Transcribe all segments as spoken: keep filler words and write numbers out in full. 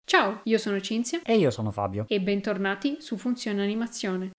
Ciao, io sono Cinzia E io sono Fabio. e bentornati su Funzione Animazione.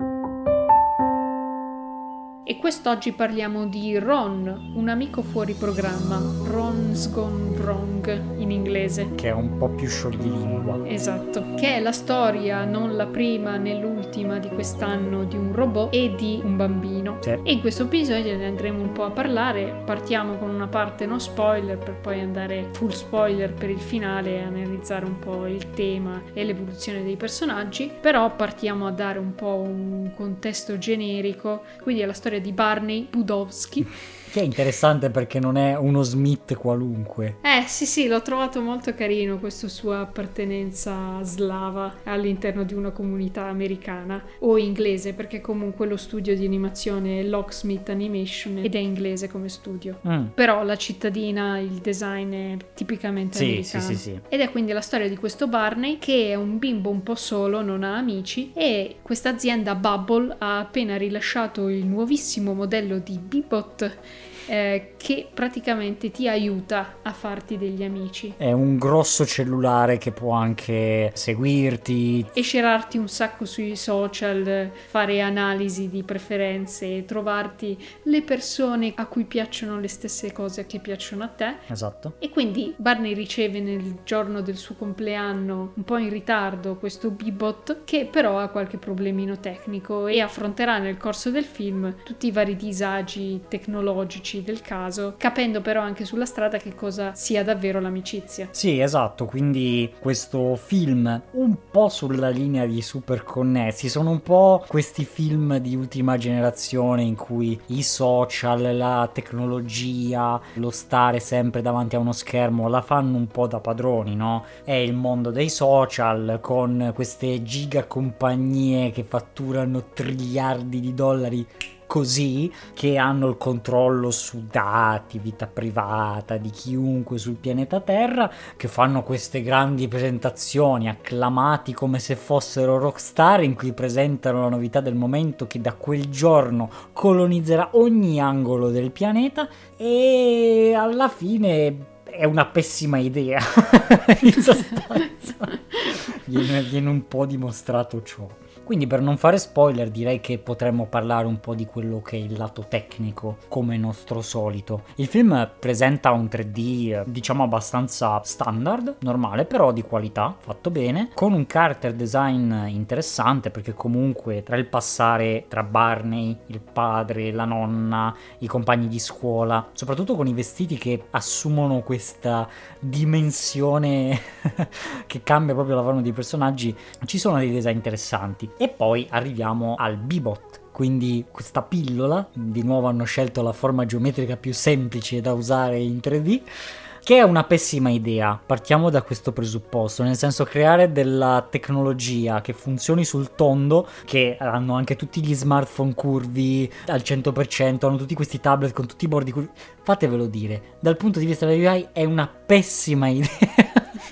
E quest'oggi parliamo di Ron, un amico fuori programma, Ron's Gone Wrong in inglese. Che è un po' più scioglilingua. Esatto, che è la storia, non la prima né l'ultima di quest'anno, di un robot e di un bambino. Sì. E in questo episodio ne andremo un po' a parlare. Partiamo con una parte non spoiler per poi andare full spoiler per il finale e analizzare un po' il tema e l'evoluzione dei personaggi. Però partiamo a dare un po' un contesto generico, quindi è la storia di Barney Budowski. Che è interessante perché non è uno Smith qualunque. Eh sì sì, l'ho trovato molto carino questa sua appartenenza slava all'interno di una comunità americana o inglese, perché comunque lo studio di animazione è Locksmith Animation ed è inglese come studio. Mm. Però la cittadina, il design è tipicamente Sì, americano. sì, sì, sì. Ed è quindi la storia di questo Barney che è un bimbo un po' solo, non ha amici, e questa azienda Bubble ha appena rilasciato il nuovissimo modello di Bebot eh, che praticamente ti aiuta a farti degli amici. È un grosso cellulare che può anche seguirti. E scerarti un sacco sui social, fare analisi di preferenze, trovarti le persone a cui piacciono le stesse cose che piacciono a te. Esatto. E quindi Barney riceve nel giorno del suo compleanno, un po' in ritardo, questo Bebot che però ha qualche problemino tecnico e affronterà nel corso del film tutti i vari disagi tecnologici del caso, capendo però anche sulla strada che cosa sia davvero l'amicizia. Sì, esatto, quindi questo film un po' sulla linea di Super Connessi, sono un po' questi film di ultima generazione in cui i social, la tecnologia, lo stare sempre davanti a uno schermo la fanno un po' da padroni, no? È il mondo dei social con queste giga compagnie che fatturano triliardi di dollari così, che hanno il controllo su dati, vita privata di chiunque sul pianeta Terra, che fanno queste grandi presentazioni acclamati come se fossero rockstar, in cui presentano la novità del momento che da quel giorno colonizzerà ogni angolo del pianeta, e alla fine è una pessima idea. In sostanza viene, viene un po' dimostrato ciò. Quindi, per non fare spoiler, direi che potremmo parlare un po' di quello che è il lato tecnico, come nostro solito. Il film presenta un tre D, diciamo, abbastanza standard, normale, però di qualità, fatto bene, con un character design interessante, perché comunque tra il passare tra Barney, il padre, la nonna, i compagni di scuola, soprattutto con i vestiti che assumono questa dimensione che cambia proprio la forma dei personaggi, ci sono dei design interessanti. E poi arriviamo al Bebot, quindi questa pillola, di nuovo hanno scelto la forma geometrica più semplice da usare in tre D, che è una pessima idea. Partiamo da questo presupposto, nel senso, creare della tecnologia che funzioni sul tondo, che hanno anche tutti gli smartphone curvi al cento per cento, hanno tutti questi tablet con tutti i bordi curvi, fatevelo dire, dal punto di vista della U I è una pessima idea.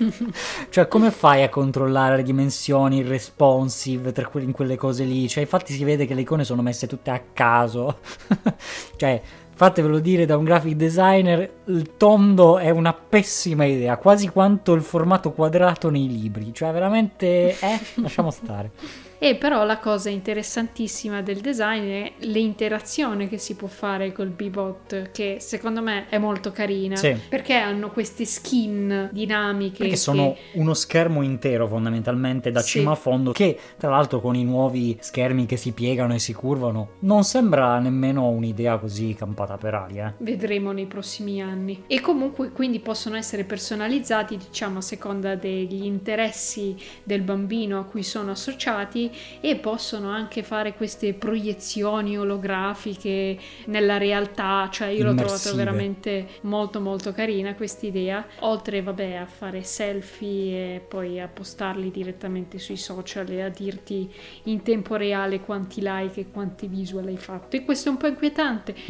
Cioè, come fai a controllare le dimensioni, il responsive tra que- in quelle cose lì? Cioè, infatti si vede che le icone sono messe tutte a caso. Cioè, fatevelo dire da un graphic designer, il tondo è una pessima idea, quasi quanto il formato quadrato nei libri. Cioè, veramente, eh, lasciamo stare. E però la cosa interessantissima del design è l'interazione che si può fare col Bebot, che secondo me è molto carina, Sì. perché hanno queste skin dinamiche Perché che sono uno schermo intero fondamentalmente da Sì. cima a fondo, che tra l'altro con i nuovi schermi che si piegano e si curvano non sembra nemmeno un'idea così campata per aria. eh. vedremo nei prossimi anni, e comunque quindi possono essere personalizzati, diciamo, a seconda degli interessi del bambino a cui sono associati, e possono anche fare queste proiezioni olografiche nella realtà. Cioè, io l'ho trovato Immersive. veramente molto molto carina quest'idea, oltre vabbè a fare selfie e poi a postarli direttamente sui social e a dirti in tempo reale quanti like e quanti visual hai fatto. E questo è un po' inquietante, però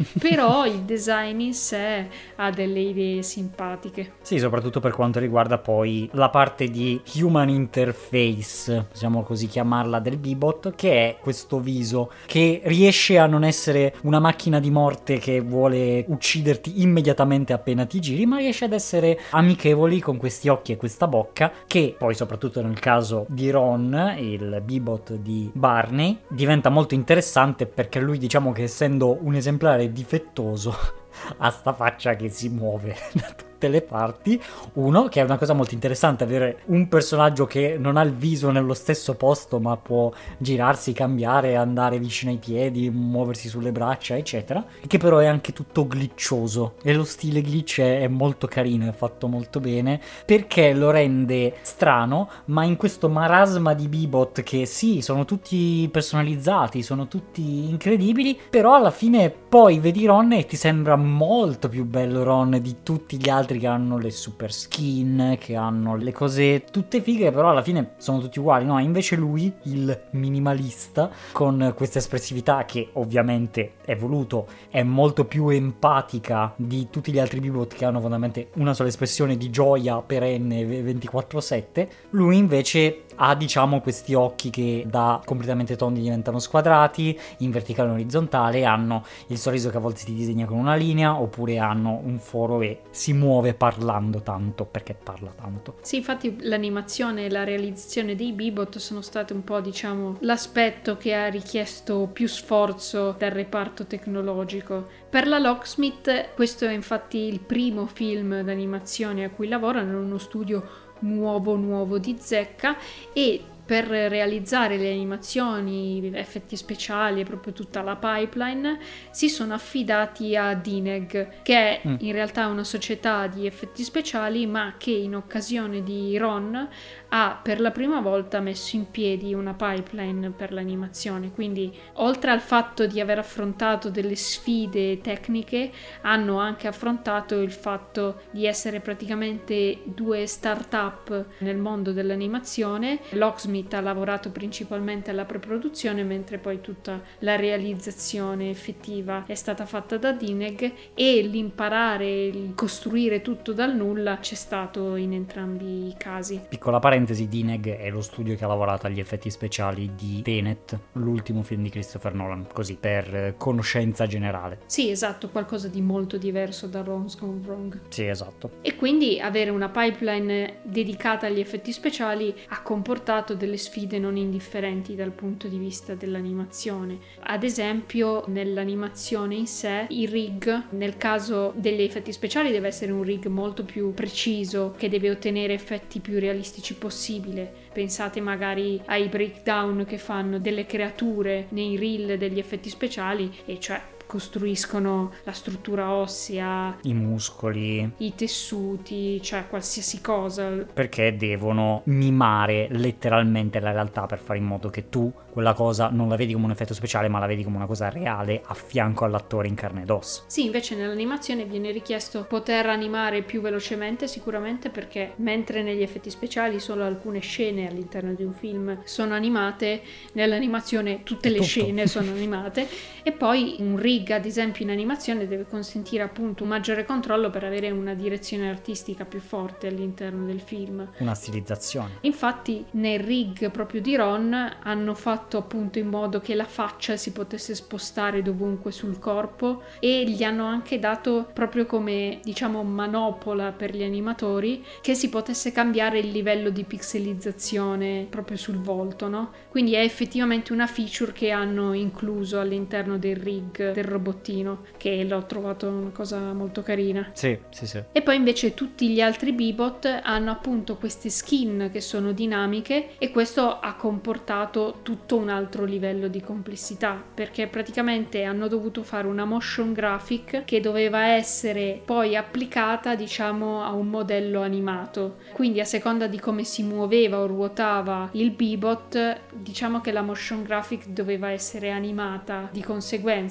però il design in sé ha delle idee simpatiche. Sì, soprattutto per quanto riguarda poi la parte di human interface, possiamo così chiamarla, del Bebot, che è questo viso che riesce a non essere una macchina di morte che vuole ucciderti immediatamente appena ti giri, ma riesce ad essere amichevoli con questi occhi e questa bocca, che poi soprattutto nel caso di Ron, il Bebot di Barney, diventa molto interessante perché lui, diciamo che essendo un esemplare difettoso ha sta faccia che si muove da tutte le parti. Uno, che è una cosa molto interessante, avere un personaggio che non ha il viso nello stesso posto ma può girarsi, cambiare, andare vicino ai piedi, muoversi sulle braccia eccetera, che però è anche tutto glitchoso e lo stile glitch è molto carino, è fatto molto bene perché lo rende strano, ma in questo marasma di Bebot che sì, sono tutti personalizzati, sono tutti incredibili, però alla fine poi vedi Ron e ti sembra molto più bello Ron di tutti gli altri che hanno le super skin, che hanno le cose tutte fighe, però alla fine sono tutti uguali, no? Invece lui, il minimalista, con questa espressività che ovviamente è voluto, è molto più empatica di tutti gli altri Bebot che hanno fondamentalmente una sola espressione di gioia perenne ventiquattro sette, lui invece ha, diciamo, questi occhi che da completamente tondi diventano squadrati, in verticale e orizzontale, hanno il sorriso che a volte si disegna con una linea, oppure hanno un foro e si muove parlando tanto, perché parla tanto. Sì, infatti l'animazione e la realizzazione dei Bebot sono state un po', diciamo, l'aspetto che ha richiesto più sforzo dal reparto tecnologico. Per la Locksmith questo è infatti il primo film d'animazione a cui lavorano in uno studio nuovo nuovo di zecca, e per realizzare le animazioni, effetti speciali e proprio tutta la pipeline si sono affidati a D N E G, che è mm. in realtà una società di effetti speciali, ma che in occasione di Ron ha per la prima volta messo in piedi una pipeline per l'animazione. Quindi oltre al fatto di aver affrontato delle sfide tecniche, hanno anche affrontato il fatto di essere praticamente due start-up nel mondo dell'animazione. Locksmith ha lavorato principalmente alla preproduzione, mentre poi tutta la realizzazione effettiva è stata fatta da D N E G, e l'imparare, il costruire tutto dal nulla c'è stato in entrambi i casi. Piccola parentesi, D N E G è lo studio che ha lavorato agli effetti speciali di Tenet, l'ultimo film di Christopher Nolan, così per conoscenza generale. Sì, esatto, qualcosa di molto diverso da Ron's Gone Wrong. Sì, esatto. E quindi avere una pipeline dedicata agli effetti speciali ha comportato delle sfide non indifferenti dal punto di vista dell'animazione. Ad esempio, nell'animazione in sé, il rig, nel caso degli effetti speciali, deve essere un rig molto più preciso, che deve ottenere effetti più realistici possibile. Pensate magari ai breakdown che fanno delle creature nei reel degli effetti speciali, e cioè costruiscono la struttura ossea, i muscoli, i tessuti, cioè qualsiasi cosa, perché devono mimare letteralmente la realtà per fare in modo che tu quella cosa non la vedi come un effetto speciale, ma la vedi come una cosa reale a fianco all'attore in carne ed ossa. Sì, invece nell'animazione viene richiesto poter animare più velocemente, sicuramente, perché mentre negli effetti speciali solo alcune scene all'interno di un film sono animate, nell'animazione tutte le Tutto. scene sono animate. E poi un rig, ad esempio, in animazione deve consentire appunto un maggiore controllo per avere una direzione artistica più forte all'interno del film, una stilizzazione. Infatti nel rig proprio di Ron hanno fatto appunto in modo che la faccia si potesse spostare dovunque sul corpo, e gli hanno anche dato proprio come, diciamo, manopola per gli animatori, che si potesse cambiare il livello di pixelizzazione proprio sul volto, no? Quindi è effettivamente una feature che hanno incluso all'interno del rig del robottino, che l'ho trovato una cosa molto carina. Sì, sì, sì. E poi invece tutti gli altri Bebot hanno appunto queste skin che sono dinamiche, e questo ha comportato tutto un altro livello di complessità, perché praticamente hanno dovuto fare una motion graphic che doveva essere poi applicata, diciamo, a un modello animato. Quindi a seconda di come si muoveva o ruotava il Bebot, diciamo che la motion graphic doveva essere animata di conseguenza, o comunque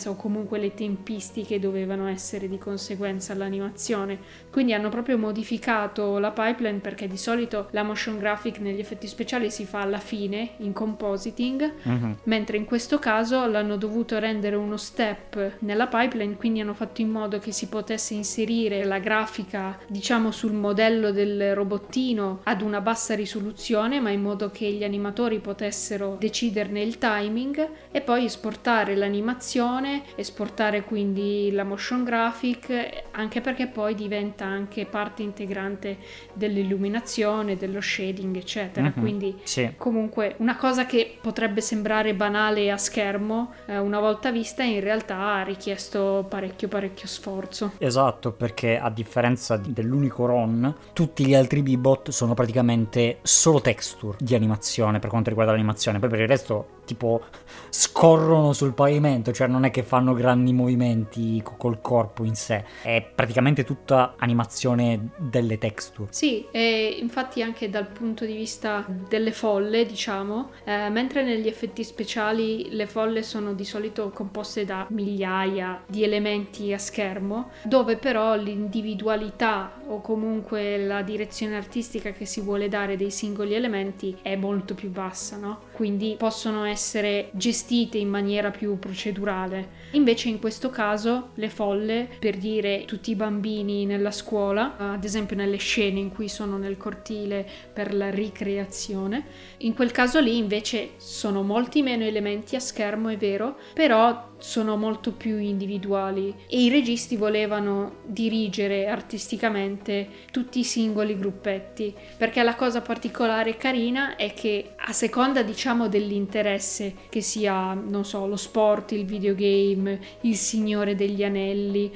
comunque le tempistiche dovevano essere di conseguenza all'animazione. Quindi hanno proprio modificato la pipeline, perché di solito la motion graphic negli effetti speciali si fa alla fine in compositing, mm-hmm. mentre in questo caso l'hanno dovuto rendere uno step nella pipeline, quindi hanno fatto in modo che si potesse inserire la grafica diciamo sul modello del robottino ad una bassa risoluzione, ma in modo che gli animatori potessero deciderne il timing, e poi esportare l'animazione, esportare quindi la motion graphic, anche perché poi diventa anche parte integrante dell'illuminazione, dello shading eccetera. Mm-hmm. Quindi sì. Comunque una cosa che potrebbe sembrare banale a schermo, eh, una volta vista in realtà ha richiesto parecchio parecchio sforzo. Esatto, perché a differenza dell'unico Ron, tutti gli altri Bebop sono praticamente solo texture di animazione per quanto riguarda l'animazione, poi per il resto tipo scorrono sul pavimento, cioè non è che fanno grandi movimenti col corpo in sé, è praticamente tutta animazione delle texture. Sì, e infatti anche dal punto di vista delle folle, diciamo, eh, mentre negli effetti speciali le folle sono di solito composte da migliaia di elementi a schermo, dove però l'individualità o comunque la direzione artistica che si vuole dare dei singoli elementi è molto più bassa, no? Quindi possono essere gestite in maniera più procedurale. Invece in questo caso le folle, per dire tutti i bambini nella scuola, ad esempio nelle scene in cui sono nel cortile per la ricreazione, in quel caso lì invece sono molti meno elementi a schermo, è vero, però sono molto più individuali, e i registi volevano dirigere artisticamente tutti i singoli gruppetti, perché la cosa particolare e carina è che a seconda diciamo dell'interesse, che sia non so lo sport, il videogame, il Signore degli Anelli,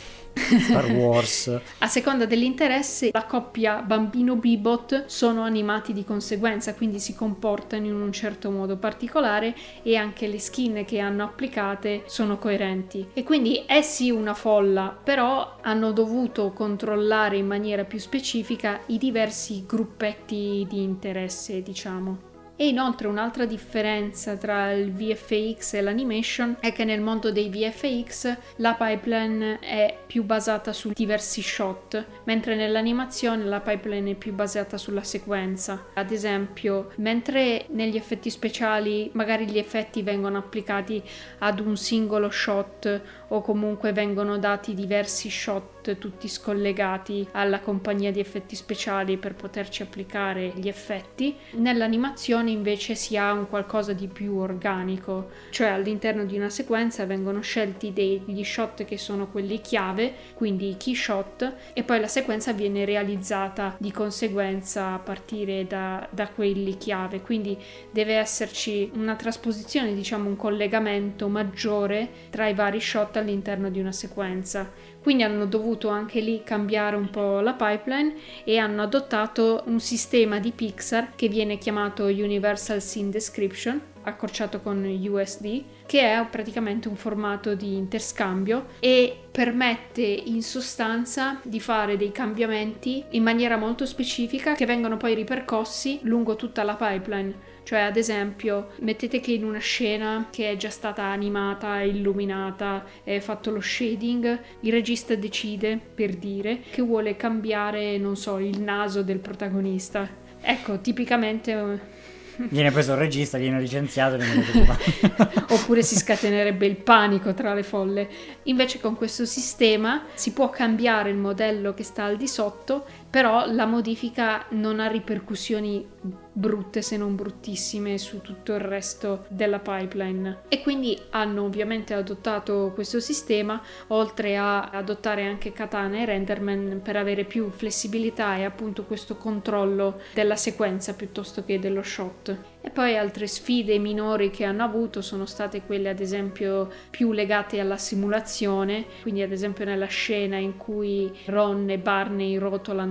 Star Wars, a seconda dell'interesse la coppia bambino Bebop sono animati di conseguenza, quindi si comportano in un certo modo particolare e anche le skin che hanno applicate sono coerenti, e quindi è sì una folla, però hanno dovuto controllare in maniera più specifica i diversi gruppetti di interesse, diciamo. E inoltre un'altra differenza tra il V F X e l'animation è che nel mondo dei V F X la pipeline è più basata su diversi shot, mentre nell'animazione la pipeline è più basata sulla sequenza. Ad esempio, mentre negli effetti speciali magari gli effetti vengono applicati ad un singolo shot o comunque vengono dati diversi shot tutti scollegati alla compagnia di effetti speciali per poterci applicare gli effetti, nell'animazione invece si ha un qualcosa di più organico, cioè all'interno di una sequenza vengono scelti degli shot che sono quelli chiave, quindi i key shot, e poi la sequenza viene realizzata di conseguenza a partire da, da quelli chiave, quindi deve esserci una trasposizione, diciamo un collegamento maggiore tra i vari shot all'interno di una sequenza. Quindi hanno dovuto anche lì cambiare un po' la pipeline e hanno adottato un sistema di Pixar che viene chiamato Universal Scene Description, accorciato con U S D, che è praticamente un formato di interscambio e permette in sostanza di fare dei cambiamenti in maniera molto specifica che vengono poi ripercossi lungo tutta la pipeline. Cioè, ad esempio, mettete che in una scena che è già stata animata, illuminata, è fatto lo shading, il regista decide, per dire, che vuole cambiare, non so, il naso del protagonista. Ecco, tipicamente viene preso il regista, viene licenziato e viene oppure si scatenerebbe il panico tra le folle. Invece con questo sistema si può cambiare il modello che sta al di sotto, però la modifica non ha ripercussioni brutte, se non bruttissime, su tutto il resto della pipeline. E quindi hanno ovviamente adottato questo sistema, oltre a adottare anche Katana e Renderman per avere più flessibilità e appunto questo controllo della sequenza piuttosto che dello shot. E poi altre sfide minori che hanno avuto sono state quelle ad esempio più legate alla simulazione, quindi ad esempio nella scena in cui Ron e Barney rotolano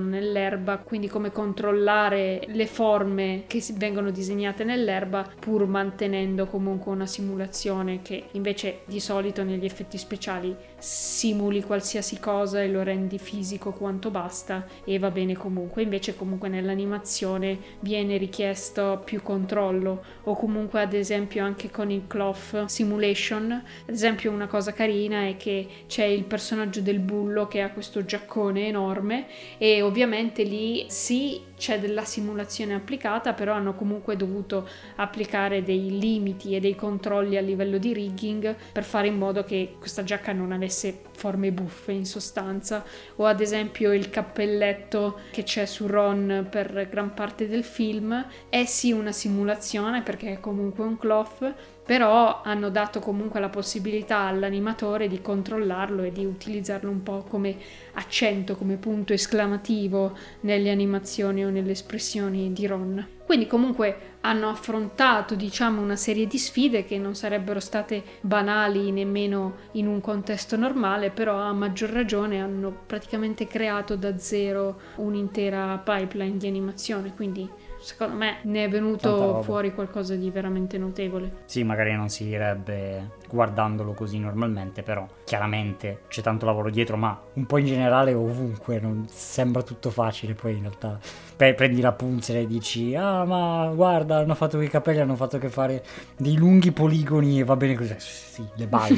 camminano nell'erba, quindi come controllare le forme che vengono disegnate nell'erba pur mantenendo comunque una simulazione che invece di solito negli effetti speciali simuli qualsiasi cosa e lo rendi fisico quanto basta e va bene comunque. Invece comunque nell'animazione viene richiesto più controllo, o comunque ad esempio anche con il cloth simulation, ad esempio una cosa carina è che c'è il personaggio del bullo che ha questo giaccone enorme e ovviamente lì sì c'è della simulazione applicata, però hanno comunque dovuto applicare dei limiti e dei controlli a livello di rigging per fare in modo che questa giacca non avesse forme buffe in sostanza. O ad esempio il cappelletto che c'è su Ron per gran parte del film è sì una simulazione perché è comunque un cloth, però hanno dato comunque la possibilità all'animatore di controllarlo e di utilizzarlo un po' come accento, come punto esclamativo nelle animazioni o nelle espressioni di Ron. Quindi comunque hanno affrontato, diciamo, una serie di sfide che non sarebbero state banali nemmeno in un contesto normale, però a maggior ragione hanno praticamente creato da zero un'intera pipeline di animazione, quindi secondo me ne è venuto fuori qualcosa di veramente notevole. Sì, magari non si direbbe guardandolo così normalmente, però chiaramente c'è tanto lavoro dietro, ma un po' in generale ovunque non sembra tutto facile, poi in realtà beh, prendi la punzera e dici ah ma guarda hanno fatto quei capelli, hanno fatto che fare dei lunghi poligoni e va bene così, sì, le balle.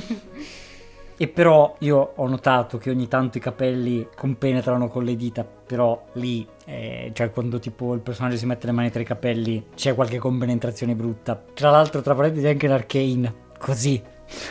E però io ho notato che ogni tanto i capelli compenetrano con le dita, però lì, eh, cioè quando tipo il personaggio si mette le mani tra i capelli c'è qualche compenetrazione brutta. Tra l'altro, tra parentesi, anche in Arcane, così.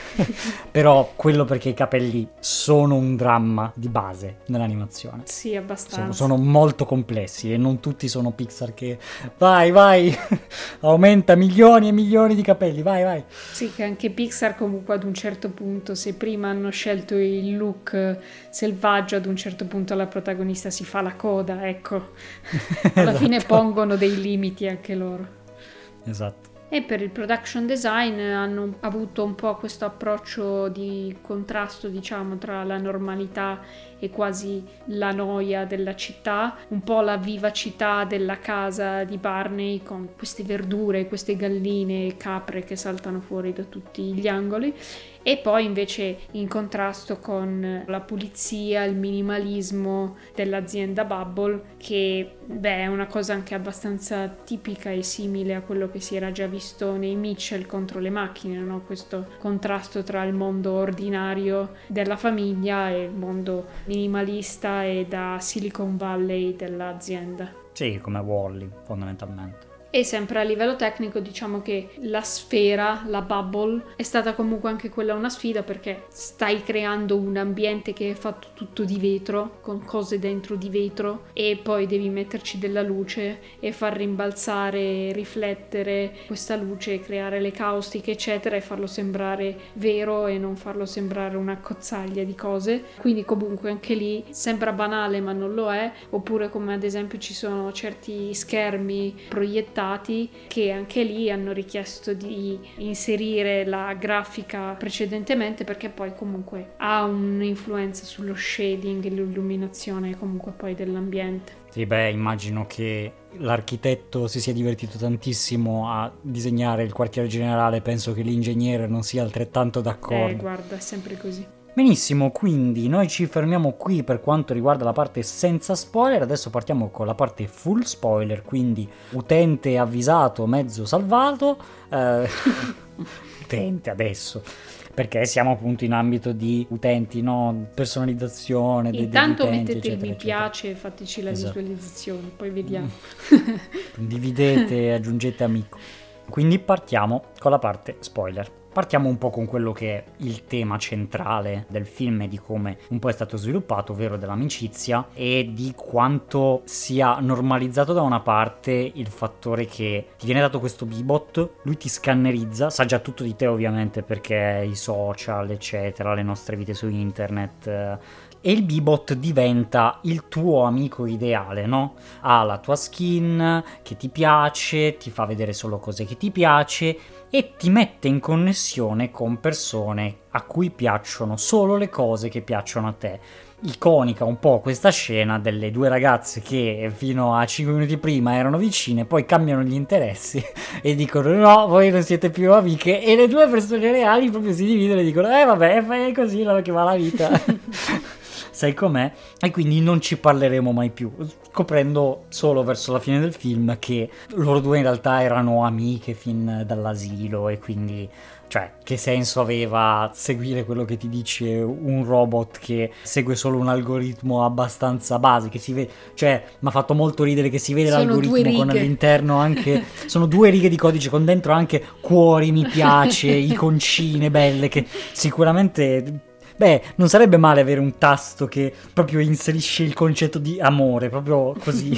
Però quello perché i capelli sono un dramma di base nell'animazione. Sì, abbastanza. Sono, sono molto complessi e non tutti sono Pixar che vai vai aumenta milioni e milioni di capelli, vai vai. Sì, che anche Pixar comunque ad un certo punto, se prima hanno scelto il look selvaggio, ad un certo punto la protagonista si fa la coda, ecco. Alla Esatto. fine pongono dei limiti anche loro. Esatto. E per il production design hanno avuto un po' questo approccio di contrasto, diciamo, tra la normalità e quasi la noia della città, un po' la vivacità della casa di Barney con queste verdure, queste galline e capre che saltano fuori da tutti gli angoli, e poi invece in contrasto con la pulizia, il minimalismo dell'azienda Bubble, che beh, è una cosa anche abbastanza tipica e simile a quello che si era già visto nei Mitchell contro le macchine, no? Questo contrasto tra il mondo ordinario della famiglia e il mondo minimalista e da Silicon Valley dell'azienda. Sì, come Wall-E fondamentalmente. E sempre a livello tecnico diciamo che la sfera, la bubble, è stata comunque anche quella una sfida, perché stai creando un ambiente che è fatto tutto di vetro, con cose dentro di vetro, e poi devi metterci della luce e far rimbalzare, riflettere questa luce, creare le caustiche eccetera e farlo sembrare vero e non farlo sembrare una cozzaglia di cose. Quindi comunque anche lì sembra banale ma non lo è, oppure come ad esempio ci sono certi schermi proiettati che anche lì hanno richiesto di inserire la grafica precedentemente, perché poi comunque ha un'influenza sullo shading e l'illuminazione comunque poi dell'ambiente. Sì, beh, immagino che l'architetto si sia divertito tantissimo a disegnare il quartiere generale, penso che l'ingegnere non sia altrettanto d'accordo. Eh, guarda, è sempre così. Benissimo, quindi noi ci fermiamo qui per quanto riguarda la parte senza spoiler. Adesso partiamo con la parte full spoiler, quindi utente avvisato, mezzo salvato. Eh, utente adesso, perché siamo appunto in ambito di utenti, no? Personalizzazione. Intanto degli utenti, mettete il eccetera, mi eccetera. piace e fateci la Esatto. visualizzazione, poi vediamo. Condividete, aggiungete amico. Quindi partiamo con la parte spoiler. Partiamo un po' con quello che è il tema centrale del film e di come un po' è stato sviluppato, ovvero dell'amicizia, e di quanto sia normalizzato da una parte il fattore che ti viene dato questo Bebot, lui ti scannerizza, sa già tutto di te ovviamente perché i social eccetera, le nostre vite su internet, eh, e il Bebot diventa il tuo amico ideale, no? Ha la tua skin che ti piace, ti fa vedere solo cose che ti piace e ti mette in connessione con persone a cui piacciono solo le cose che piacciono a te. iconica un po' questa scena delle due ragazze che fino a cinque minuti prima erano vicine, poi cambiano gli interessi e dicono no, voi non siete più amiche, e le due persone reali proprio si dividono e dicono eh vabbè, fai così che va la vita. Sai com'è? E quindi non ci parleremo mai più, scoprendo solo verso la fine del film che loro due in realtà erano amiche fin dall'asilo, e quindi, cioè, che senso aveva seguire quello che ti dice un robot che segue solo un algoritmo abbastanza base, che si vede, cioè, mi ha fatto molto ridere che si vede sono l'algoritmo con all'interno anche, sono due righe di codice con dentro anche cuori, mi piace, iconcine belle, che sicuramente... Beh, non sarebbe male avere un tasto che proprio inserisce il concetto di amore, proprio così.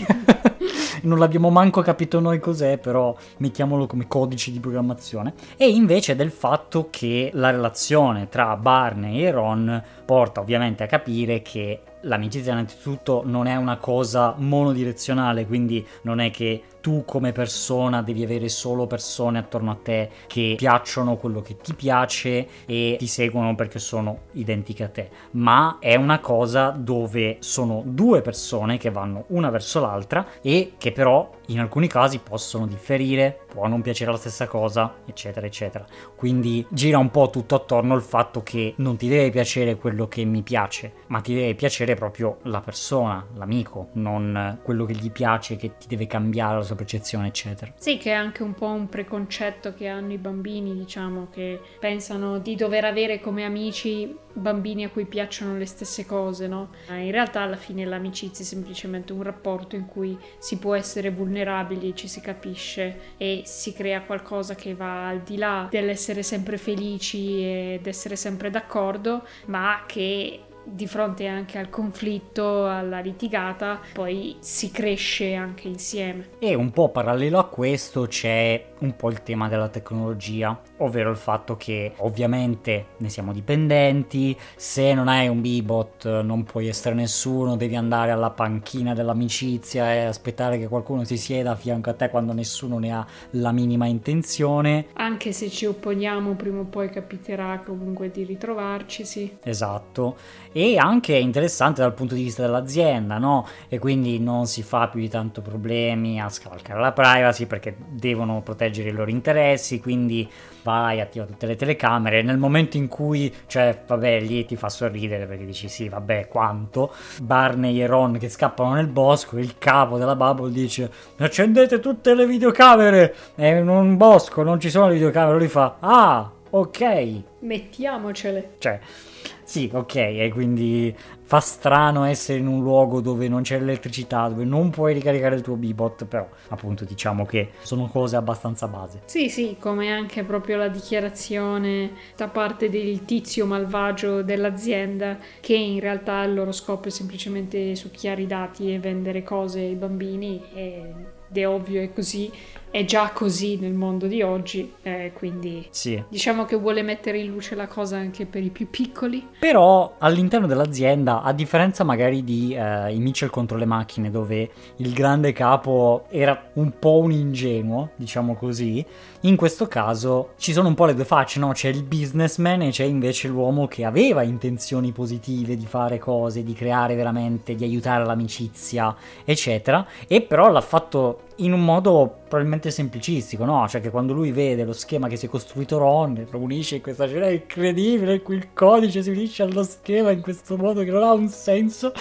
Non l'abbiamo manco capito noi cos'è, però mettiamolo come codice di programmazione. E invece del fatto che la relazione tra Barney e Ron porta ovviamente a capire che l'amicizia innanzitutto non è una cosa monodirezionale, quindi non è che tu come persona devi avere solo persone attorno a te che piacciono quello che ti piace e ti seguono perché sono identiche a te, ma è una cosa dove sono due persone che vanno una verso l'altra e che però in alcuni casi possono differire, può non piacere la stessa cosa, eccetera eccetera. Quindi gira un po' tutto attorno al fatto che non ti deve piacere quello che mi piace, ma ti deve piacere proprio la persona, l'amico, non quello che gli piace, che ti deve cambiare la sua percezione, eccetera. Sì, che è anche un po' un preconcetto che hanno i bambini, diciamo, che pensano di dover avere come amici bambini a cui piacciono le stesse cose, no? In realtà alla fine l'amicizia è semplicemente un rapporto in cui si può essere vulnerabili, ci si capisce e si crea qualcosa che va al di là dell'essere sempre felici ed essere sempre d'accordo, ma che di fronte anche al conflitto, alla litigata, poi si cresce anche insieme. E un po' parallelo a questo c'è un po' il tema della tecnologia, ovvero il fatto che ovviamente ne siamo dipendenti, se non hai un Bebot non puoi essere nessuno, devi andare alla panchina dell'amicizia e aspettare che qualcuno si sieda a fianco a te quando nessuno ne ha la minima intenzione. Anche se ci opponiamo, prima o poi capiterà comunque di ritrovarci, sì. Esatto. E anche è interessante dal punto di vista dell'azienda, no? E quindi non si fa più di tanto problemi a scavalcare la privacy perché devono proteggere i loro interessi, quindi vai, attiva tutte le telecamere. Nel momento in cui, cioè, vabbè, lì ti fa sorridere perché dici sì, vabbè, quanto. Barney e Ron che scappano nel bosco, il capo della Bubble dice accendete tutte le videocamere, è in un bosco, non ci sono le videocamere, lui fa ah, ok, mettiamocele. Cioè, sì, ok, e quindi fa strano essere in un luogo dove non c'è elettricità, dove non puoi ricaricare il tuo Bebot, però appunto diciamo che sono cose abbastanza base. Sì, sì, come anche proprio la dichiarazione da parte del tizio malvagio dell'azienda che in realtà il loro scopo è semplicemente succhiare i dati e vendere cose ai bambini, ed è ovvio, è così. È già così nel mondo di oggi, eh, quindi sì. Diciamo che vuole mettere in luce la cosa anche per i più piccoli. Però all'interno dell'azienda, a differenza magari di uh, i Mitchell contro le macchine, dove il grande capo era un po' un ingenuo, diciamo così, in questo caso ci sono un po' le due facce, no? C'è il businessman e c'è invece l'uomo che aveva intenzioni positive di fare cose, di creare veramente, di aiutare l'amicizia, eccetera, e però l'ha fatto in un modo probabilmente semplicistico, no? Cioè che quando lui vede lo schema che si è costruito Ron, lo unisce in questa scena incredibile in cui il codice si unisce allo schema in questo modo che non ha un senso,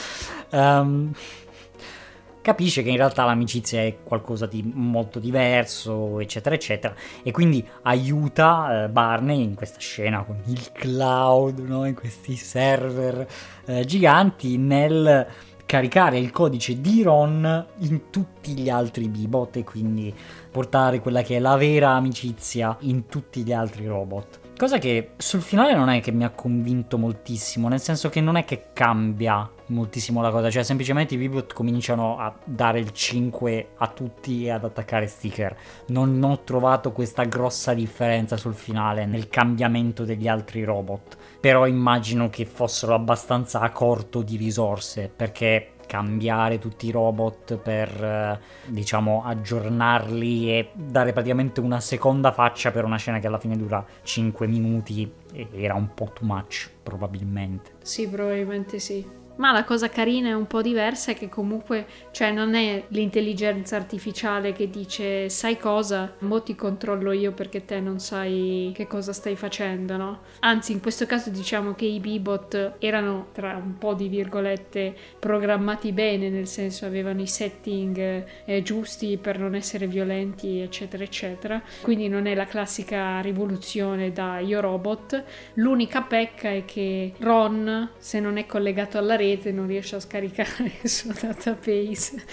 um, capisce che in realtà l'amicizia è qualcosa di molto diverso, eccetera eccetera, e quindi aiuta eh, Barney in questa scena con il cloud, no? In questi server eh, giganti nel caricare il codice di Ron in tutti gli altri Bebot e quindi portare quella che è la vera amicizia in tutti gli altri robot. Cosa che sul finale non è che mi ha convinto moltissimo, nel senso che non è che cambia moltissimo la cosa, cioè semplicemente i Bebot cominciano a dare il cinque a tutti e ad attaccare sticker. Non ho trovato questa grossa differenza sul finale nel cambiamento degli altri robot, però immagino che fossero abbastanza a corto di risorse, perché cambiare tutti i robot per, diciamo, aggiornarli e dare praticamente una seconda faccia per una scena che alla fine dura cinque minuti era un po' too much, probabilmente. Sì, probabilmente sì. Ma la cosa carina e un po' diversa è che comunque, cioè non è l'intelligenza artificiale che dice sai cosa, mo ti controllo io perché te non sai che cosa stai facendo, no? Anzi, in questo caso diciamo che i B-bot erano, tra un po' di virgolette, programmati bene, nel senso avevano i setting eh, giusti per non essere violenti, eccetera eccetera. Quindi non è la classica rivoluzione da Io Robot. L'unica pecca è che Ron, se non è collegato alla rete, non riesce a scaricare il suo database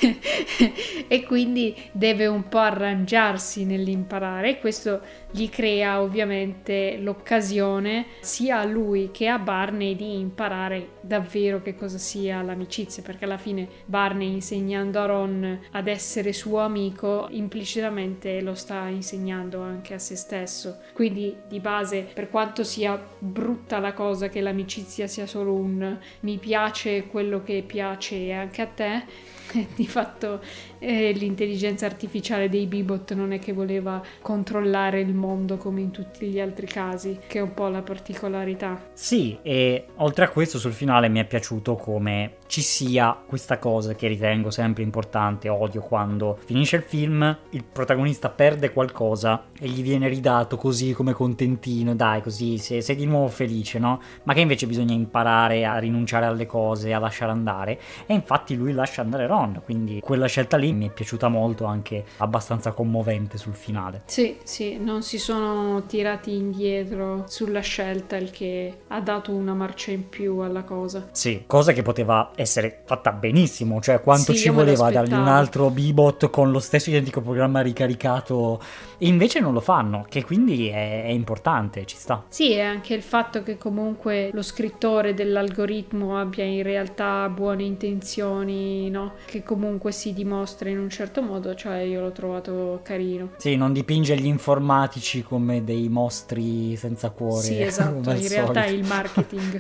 e quindi deve un po' arrangiarsi nell'imparare, e questo gli crea ovviamente l'occasione sia a lui che a Barney di imparare davvero che cosa sia l'amicizia, perché alla fine Barney, insegnando a Ron ad essere suo amico, implicitamente lo sta insegnando anche a se stesso. Quindi di base, per quanto sia brutta la cosa che l'amicizia sia solo un mi piace quello che piace anche a te, di fatto eh, l'intelligenza artificiale dei B-bot non è che voleva controllare il mondo come in tutti gli altri casi, che è un po' la particolarità. Sì, e oltre a questo sul finale mi è piaciuto come ci sia questa cosa che ritengo sempre importante. Odio quando finisce il film, il protagonista perde qualcosa e gli viene ridato così come contentino, dai così sei, sei di nuovo felice, no? Ma che invece bisogna imparare a rinunciare alle cose, a lasciare andare, e infatti lui lascia andare Ron, quindi quella scelta lì mi è piaciuta molto, anche abbastanza commovente sul finale. Sì, sì, non si sono tirati indietro sulla scelta, il che ha dato una marcia in più alla cosa. Sì, cosa che poteva essere fatta benissimo, cioè quanto sì, ci voleva dargli un altro B-bot con lo stesso identico programma ricaricato, e invece non lo fanno, che quindi è, è importante, ci sta. Sì, e anche il fatto che comunque lo scrittore dell'algoritmo abbia in realtà buone intenzioni, no? Che comunque si dimostra in un certo modo, cioè io l'ho trovato carino. Sì, non dipinge gli informatici come dei mostri senza cuore. Sì, esatto, in realtà è il marketing.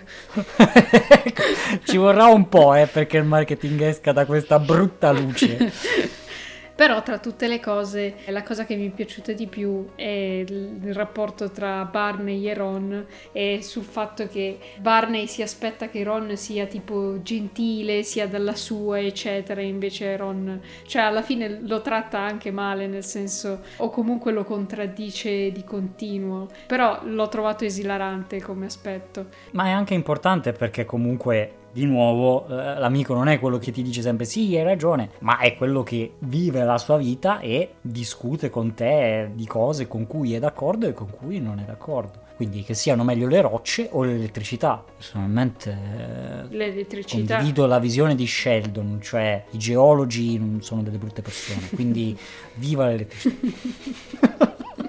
Ci vorrà un po', eh, perché il marketing esca da questa brutta luce. Però tra tutte le cose, la cosa che mi è piaciuta di più è il rapporto tra Barney e Ron, e sul fatto che Barney si aspetta che Ron sia tipo gentile, sia dalla sua, eccetera, e invece Ron, cioè alla fine lo tratta anche male, nel senso, o comunque lo contraddice di continuo. Però l'ho trovato esilarante come aspetto. Ma è anche importante perché comunque, di nuovo, eh, l'amico non è quello che ti dice sempre sì, hai ragione, ma è quello che vive la sua vita e discute con te di cose con cui è d'accordo e con cui non è d'accordo. Quindi che siano meglio le rocce o l'elettricità. Personalmente eh, l'elettricità. condivido la visione di Sheldon, cioè i geologi non sono delle brutte persone, quindi viva l'elettricità.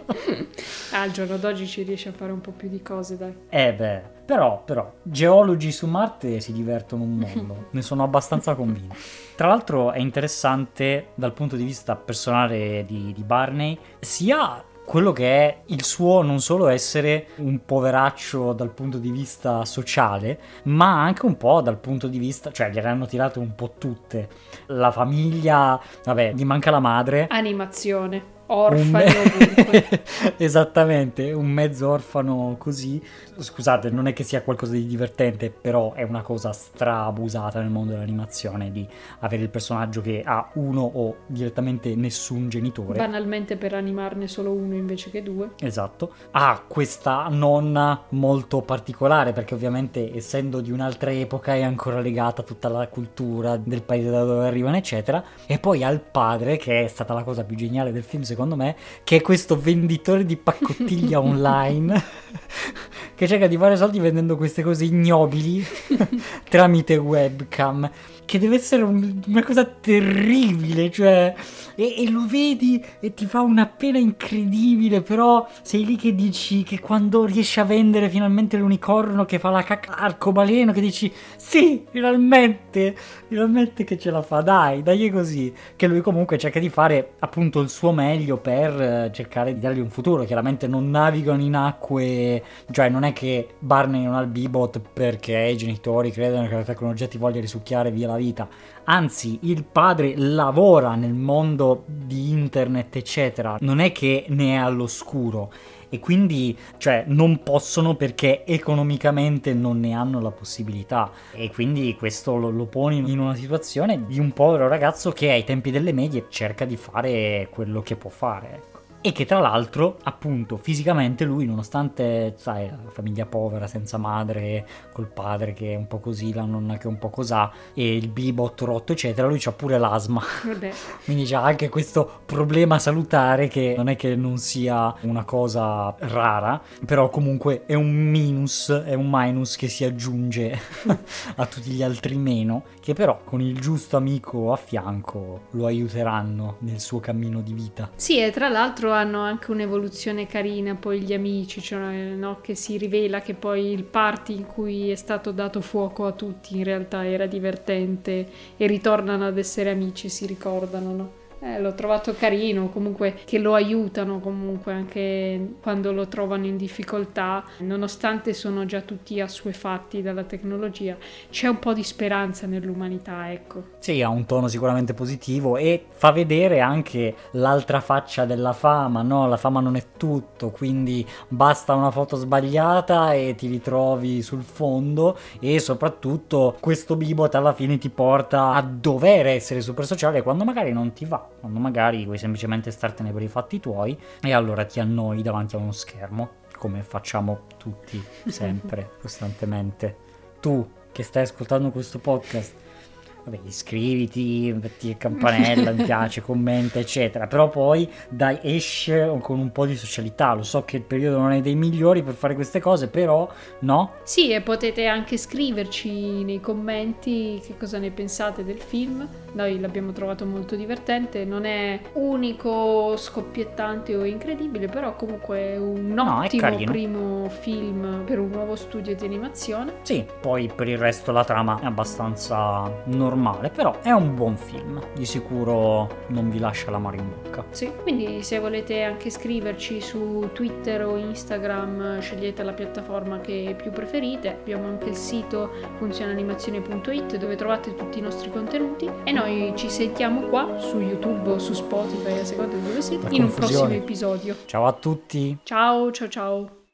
Ah, al giorno d'oggi ci riesce a fare un po' più di cose, dai. Eh beh, però, però, geologi su Marte si divertono un mondo, ne sono abbastanza convinto. Tra l'altro è interessante dal punto di vista personale di, di Barney, sia quello che è il suo non solo essere un poveraccio dal punto di vista sociale, ma anche un po' dal punto di vista, cioè gliene hanno tirate un po' tutte. La famiglia, vabbè, gli manca la madre. Animazione. Orfani ovunque. Esattamente, un mezzo orfano così. Scusate, non è che sia qualcosa di divertente, però è una cosa stra-abusata nel mondo dell'animazione di avere il personaggio che ha uno o direttamente nessun genitore. Banalmente per animarne solo uno invece che due. Esatto. Ha questa nonna molto particolare, perché ovviamente essendo di un'altra epoca è ancora legata a tutta la cultura del paese da dove arrivano, eccetera. E poi ha il padre, che è stata la cosa più geniale del film secondo me, che è questo venditore di paccottiglia online che cerca di fare soldi vendendo queste cose ignobili tramite webcam, che deve essere un, una cosa terribile, cioè, e, e lo vedi e ti fa una pena incredibile, però sei lì che dici che quando riesci a vendere finalmente l'unicorno che fa la cacca arcobaleno, che dici sì, finalmente, finalmente che ce la fa, dai, dai, è così, che lui comunque cerca di fare appunto il suo meglio per cercare di dargli un futuro. Chiaramente non navigano in acque, cioè non è è che Barney non ha il Bebop perché i genitori credono che la tecnologia ti voglia risucchiare via la vita, anzi il padre lavora nel mondo di internet eccetera, non è che ne è all'oscuro, e quindi cioè non possono perché economicamente non ne hanno la possibilità, e quindi questo lo, lo pone in una situazione di un povero ragazzo che ai tempi delle medie cerca di fare quello che può fare, ecco. E che tra l'altro appunto fisicamente lui, nonostante sai la famiglia povera senza madre, col padre che è un po' così, la nonna che è un po' cosà e il bibot rotto eccetera, lui c'ha pure l'asma. Vabbè. Quindi c'ha anche questo problema salutare che non è che non sia una cosa rara, però comunque è un minus, è un minus che si aggiunge a tutti gli altri meno, che però con il giusto amico a fianco lo aiuteranno nel suo cammino di vita. Sì, e tra l'altro hanno anche un'evoluzione carina poi gli amici, cioè, no? Che si rivela che poi il party in cui è stato dato fuoco a tutti in realtà era divertente e ritornano ad essere amici, si ricordano, no? Eh, l'ho trovato carino, comunque che lo aiutano comunque anche quando lo trovano in difficoltà, nonostante sono già tutti assuefatti dalla tecnologia, c'è un po' di speranza nell'umanità, ecco. Sì, ha un tono sicuramente positivo e fa vedere anche l'altra faccia della fama, no? La fama non è tutto, quindi basta una foto sbagliata e ti ritrovi sul fondo, e soprattutto questo Bebop alla fine ti porta a dover essere super sociale quando magari non ti va, quando magari vuoi semplicemente startene per i fatti tuoi e allora ti annoi davanti a uno schermo, come facciamo tutti sempre, costantemente. Tu che stai ascoltando questo podcast, vabbè, iscriviti, metti il campanella, mi piace, commenta eccetera, però poi dai, esce con un po' di socialità. Lo so che il periodo non è dei migliori per fare queste cose, però no? Sì, e potete anche scriverci nei commenti che cosa ne pensate del film. Noi l'abbiamo trovato molto divertente, non è unico, scoppiettante o incredibile, però comunque è un No, è ottimo carino. primo film per un nuovo studio di animazione. Sì, poi per il resto la trama è abbastanza normale, però è un buon film, di sicuro non vi lascia l'amaro in bocca. Sì, quindi se volete anche scriverci su Twitter o Instagram, scegliete la piattaforma che più preferite. Abbiamo anche il sito funzionanimazione punto it dove trovate tutti i nostri contenuti, e noi ci sentiamo qua su YouTube o su Spotify, a seconda di dove siete, La in un confusione. prossimo episodio. Ciao a tutti! Ciao, ciao, ciao!